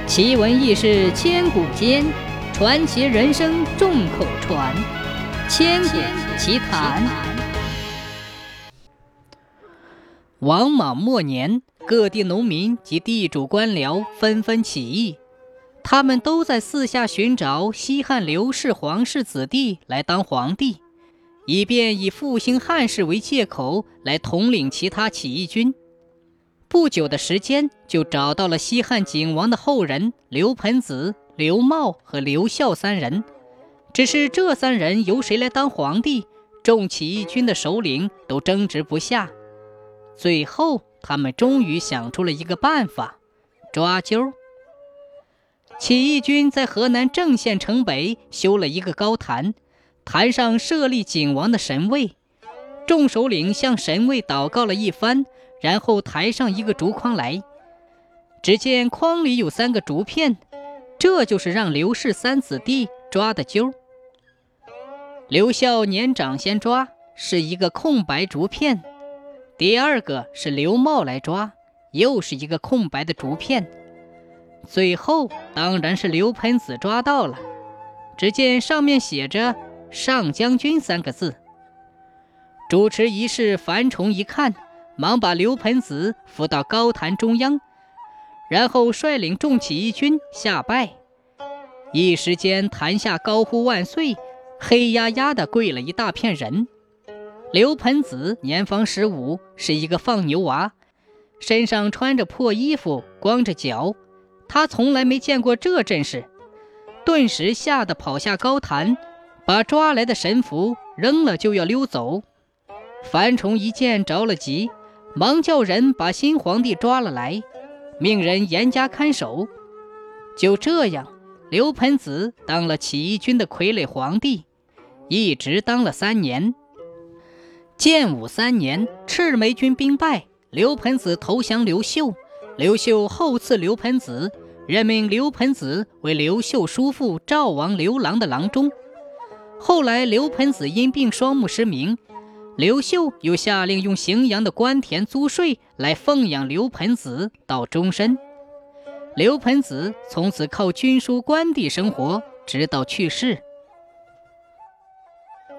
奇闻异事千古间，传奇人生众口传。千古奇谈。王莽末年，各地农民及地主官僚纷纷起义，他们都在四下寻找西汉刘氏皇室子弟来当皇帝，以便以复兴汉室为借口来统领其他起义军。不久的时间，就找到了西汉景王的后人刘盆子、刘铙和刘孝三人。只是这三人由谁来当皇帝，众起义军的首领都争执不下。最后他们终于想出了一个办法，抓阄。起义军在河南郑县城北修了一个高坛，坛上设立景王的神位，众首领向神位祷告了一番，然后抬上一个竹筐来，只见筐里有3个竹片，这就是让刘氏三子弟抓的阄。刘孝年长先抓，是一个空白竹片，第二个是刘铙来抓，又是一个空白的竹片，最后当然是刘盆子抓到了，只见上面写着上将军3个字。主持仪式樊崇一看，忙把刘盆子扶到高坛中央，然后率领众起义军下拜。一时间坛下高呼万岁，黑压压的跪了一大片人。刘盆子年方15，是一个放牛娃，身上穿着破衣服，光着脚，他从来没见过这阵势，顿时吓得跑下高坛，把抓来的神符扔了就要溜走。樊崇一见着了急，忙叫人把新皇帝抓了来，命人严加看守。就这样，刘盆子当了起义军的傀儡皇帝，一直当了3年。建武3年，赤眉军兵败，刘盆子投降刘秀，刘秀后赐刘盆子，任命刘盆子为刘秀叔父赵王刘郎的郎中。后来刘盆子因病双目失明，刘秀又下令用荥阳的官田租税来奉养刘盆子到终身。刘盆子从此靠军书官邸生活，直到去世。